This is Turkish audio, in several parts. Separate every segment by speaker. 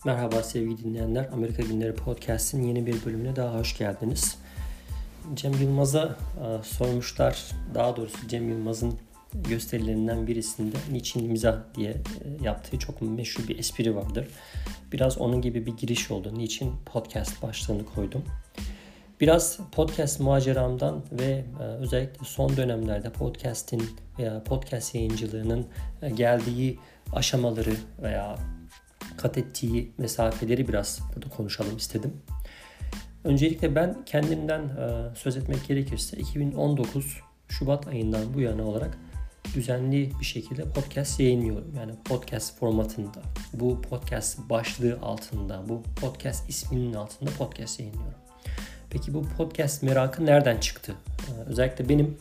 Speaker 1: Merhaba sevgili dinleyenler. Amerika Günleri Podcast'in yeni bir bölümüne daha hoş geldiniz. Cem Yılmaz'a sormuşlar. Daha doğrusu Cem Yılmaz'ın gösterilerinden birisinde niçin mizah diye yaptığı çok meşhur bir espri vardır. Biraz onun gibi bir giriş oldu. Niçin podcast başlığını koydum. Biraz podcast maceramdan ve özellikle son dönemlerde podcast'in veya podcast yayıncılığının geldiği aşamaları veya kat ettiği mesafeleri biraz burada konuşalım istedim. Öncelikle ben kendimden söz etmek gerekirse 2019 Şubat ayından bu yana olarak düzenli bir şekilde podcast yayınlıyorum. Yani podcast formatında, bu podcast başlığı altında, bu podcast isminin altında podcast yayınlıyorum. Peki bu podcast merakı nereden çıktı? Özellikle benim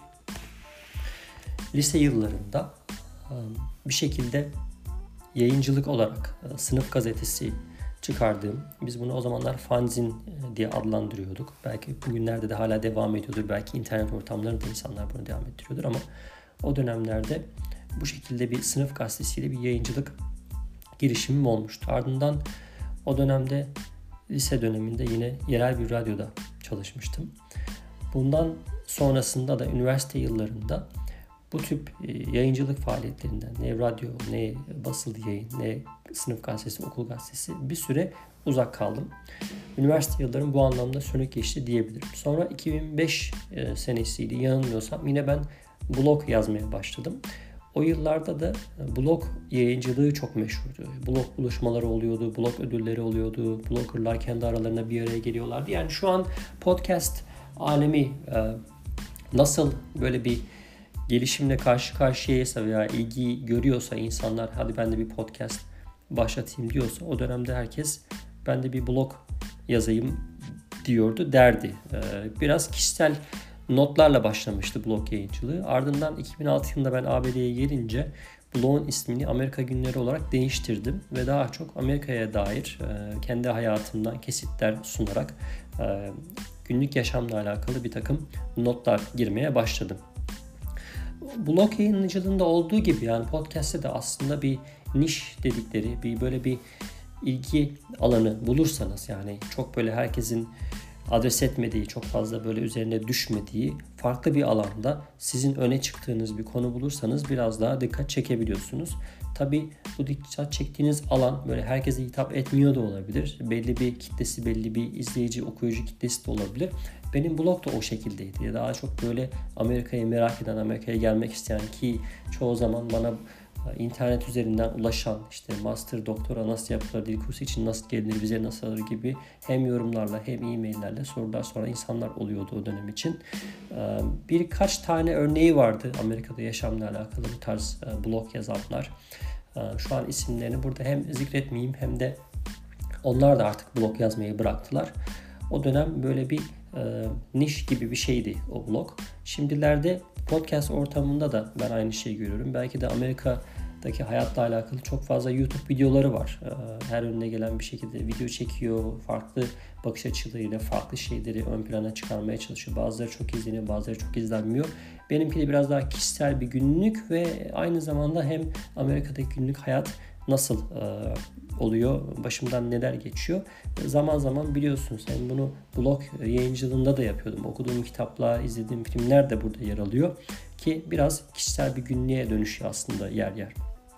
Speaker 1: lise yıllarında bir şekilde yayıncılık olarak sınıf gazetesi çıkardığım, biz bunu o zamanlar fanzin diye adlandırıyorduk. Belki bugünlerde de hala devam ediyordur. Belki internet ortamlarında insanlar bunu devam ettiriyordur ama o dönemlerde bu şekilde bir sınıf gazetesiyle bir yayıncılık girişimim olmuştu. Ardından o dönemde lise döneminde yine yerel bir radyoda çalışmıştım. Bundan sonrasında da üniversite yıllarında bu tip yayıncılık faaliyetlerinden ne radyo, ne basılı yayın, ne sınıf gazetesi, okul gazetesi bir süre uzak kaldım. Üniversite yıllarım bu anlamda sönük geçti diyebilirim. Sonra 2005 senesiydi yanılmıyorsam yine ben blog yazmaya başladım. O yıllarda da blog yayıncılığı çok meşhurdu. Blog buluşmaları oluyordu, blog ödülleri oluyordu. Bloggerlar kendi aralarında bir araya geliyorlardı. Yani şu an podcast alemi nasıl böyle bir gelişimle karşı karşıyaysa veya ilgi görüyorsa insanlar hadi ben de bir podcast başlatayım diyorsa o dönemde herkes ben de bir blog yazayım diyordu derdi. Biraz kişisel notlarla başlamıştı blog yayıncılığı. Ardından 2006 yılında ben ABD'ye gelince blogun ismini Amerika Günleri olarak değiştirdim ve daha çok Amerika'ya dair kendi hayatımdan kesitler sunarak günlük yaşamla alakalı bir takım notlar girmeye başladım. Blog yayıncılığında olduğu gibi yani podcast'te de aslında bir niş dedikleri bir böyle bir ilgi alanı bulursanız yani çok böyle herkesin adres etmediği, çok fazla böyle üzerine düşmediği farklı bir alanda sizin öne çıktığınız bir konu bulursanız biraz daha dikkat çekebiliyorsunuz. Tabii bu dikkat çektiğiniz alan böyle herkese hitap etmiyor da olabilir. Belli bir kitlesi, belli bir izleyici, okuyucu kitlesi de olabilir. Benim blog da o şekildeydi. Daha çok böyle Amerika'yı merak eden, Amerika'ya gelmek isteyen ki çoğu zaman bana internet üzerinden ulaşan işte master, doktora nasıl yapılır, dil kursu için nasıl gelinir, vize nasıl alır gibi hem yorumlarla hem e-maillerle sorular soran insanlar oluyordu o dönem için. Birkaç tane örneği vardı Amerika'da yaşamla alakalı bu tarz blog yazanlar. Şu an isimlerini burada hem zikretmeyeyim hem de onlar da artık blog yazmayı bıraktılar. O dönem böyle bir niş gibi bir şeydi o blog. Şimdilerde podcast ortamında da ben aynı şeyi görüyorum. Belki de Amerika'daki hayatla alakalı çok fazla YouTube videoları var. Her önüne gelen bir şekilde video çekiyor. Farklı bakış açılarıyla farklı şeyleri ön plana çıkarmaya çalışıyor. Bazıları çok izleniyor, bazıları çok izlenmiyor. Benimki de biraz daha kişisel bir günlük ve aynı zamanda hem Amerika'daki günlük hayat nasıl oluyor, başımdan neler geçiyor. Zaman zaman biliyorsunuz ben bunu blog yayıncılığında da yapıyordum. Okuduğum kitaplar, izlediğim filmler de burada yer alıyor. Ki biraz kişisel bir günlüğe dönüşüyor aslında yer yer.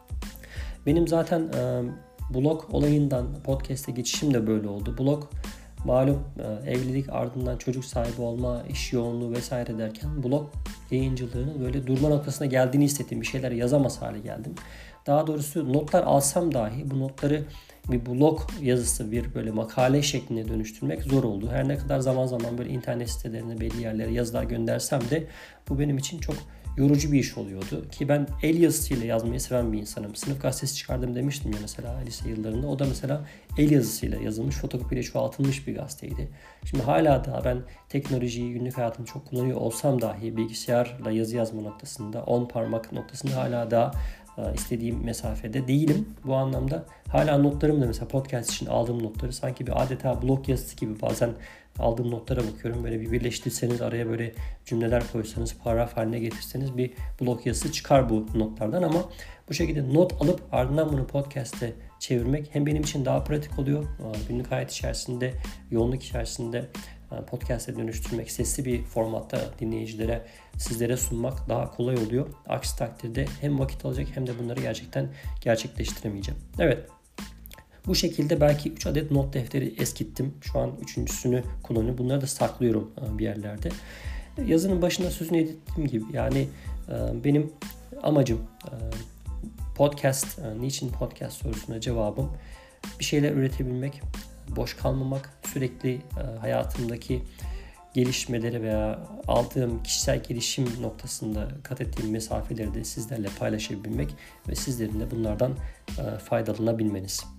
Speaker 1: Benim zaten blog olayından podcast'e geçişim de böyle oldu. Blog malum evlilik ardından çocuk sahibi olma, iş yoğunluğu vesaire derken blog yayıncılığının böyle durma noktasına geldiğini hissettim. Bir şeyler yazamaz hale geldim. Daha doğrusu notlar alsam dahi bu notları bir blog yazısı, bir böyle makale şeklinde dönüştürmek zor oldu. Her ne kadar zaman zaman böyle internet sitelerine belli yerlere yazılar göndersem de bu benim için çok yorucu bir iş oluyordu. Ki ben el yazısıyla yazmayı seven bir insanım. Sınıf gazetesi çıkardım demiştim ya mesela lise yıllarında. O da mesela el yazısıyla yazılmış, fotokopiyle çoğaltılmış bir gazeteydi. Şimdi hala da ben teknolojiyi günlük hayatımda çok kullanıyor olsam dahi bilgisayarla yazı yazma noktasında, 10 parmak noktasında hala da istediğim mesafede değilim. Bu anlamda hala notlarım da mesela podcast için aldığım notları sanki bir adeta blog yazısı gibi bazen aldığım notlara bakıyorum. Böyle bir birleştirseniz araya böyle cümleler koysanız, paragraf haline getirseniz bir blog yazısı çıkar bu notlardan ama bu şekilde not alıp ardından bunu podcast'te çevirmek hem benim için daha pratik oluyor. Günlük hayat içerisinde, yoğunluk içerisinde podcast'e dönüştürmek, sesli bir formatta dinleyicilere, sizlere sunmak daha kolay oluyor. Aksi takdirde hem vakit alacak hem de bunları gerçekten gerçekleştiremeyeceğim. Evet. Bu şekilde belki 3 adet not defteri eskittim. Şu an 3.'sünü kullanıyorum. Bunları da saklıyorum bir yerlerde. Yazının başında sözünü ettiğim gibi yani benim amacım podcast, niçin podcast sorusuna cevabım bir şeyler üretebilmek, boş kalmamak, sürekli hayatımdaki gelişmeleri veya aldığım kişisel gelişim noktasında kat ettiğim mesafeleri de sizlerle paylaşabilmek ve sizlerin de bunlardan faydalanabilmeniz.